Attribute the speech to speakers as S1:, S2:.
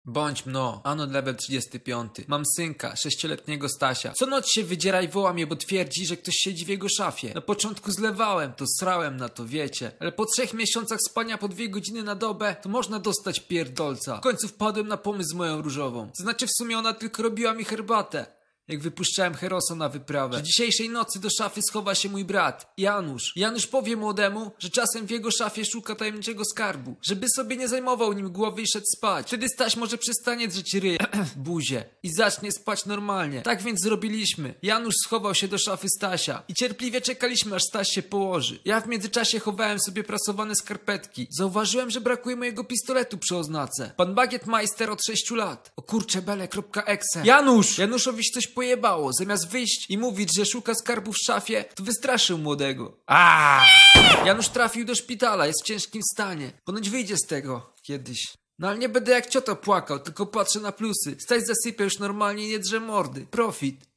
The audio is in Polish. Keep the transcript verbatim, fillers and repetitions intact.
S1: Bądź mno, ano level trzydziesty piąty. Mam synka, sześcioletniego Stasia. Co noc się wydziera i woła mnie, bo twierdzi, że ktoś siedzi w jego szafie. Na początku zlewałem, to srałem na to, wiecie. Ale po trzech miesiącach spania po dwie godziny na dobę, to można dostać pierdolca. W końcu wpadłem na pomysł z moją różową. To znaczy w sumie ona tylko robiła mi herbatę, jak wypuszczałem Herosa na wyprawę. Że dzisiejszej nocy do szafy schowa się mój brat, Janusz. Janusz powie młodemu, że czasem w jego szafie szuka tajemniczego skarbu. Żeby sobie nie zajmował nim głowy i szedł spać. Wtedy Staś może przestanie drzeć ryj w buzie i zacznie spać normalnie. Tak więc zrobiliśmy. Janusz schował się do szafy Stasia i cierpliwie czekaliśmy, aż Staś się położy. Ja w międzyczasie chowałem sobie prasowane skarpetki. Zauważyłem, że brakuje mojego pistoletu przy oznace. Pan Bagietmeister od sześciu lat. O kurcze bele.exe. Janusz! Januszowi się coś pojebało. Zamiast wyjść i mówić, że szuka skarbu w szafie, to wystraszył młodego. Aaaa! Janusz trafił do szpitala, jest w ciężkim stanie. Ponoć wyjdzie z tego kiedyś. No ale nie będę jak ciota płakał, tylko patrzę na plusy. Staś zasypia już normalnie i nie drze mordy. Profit.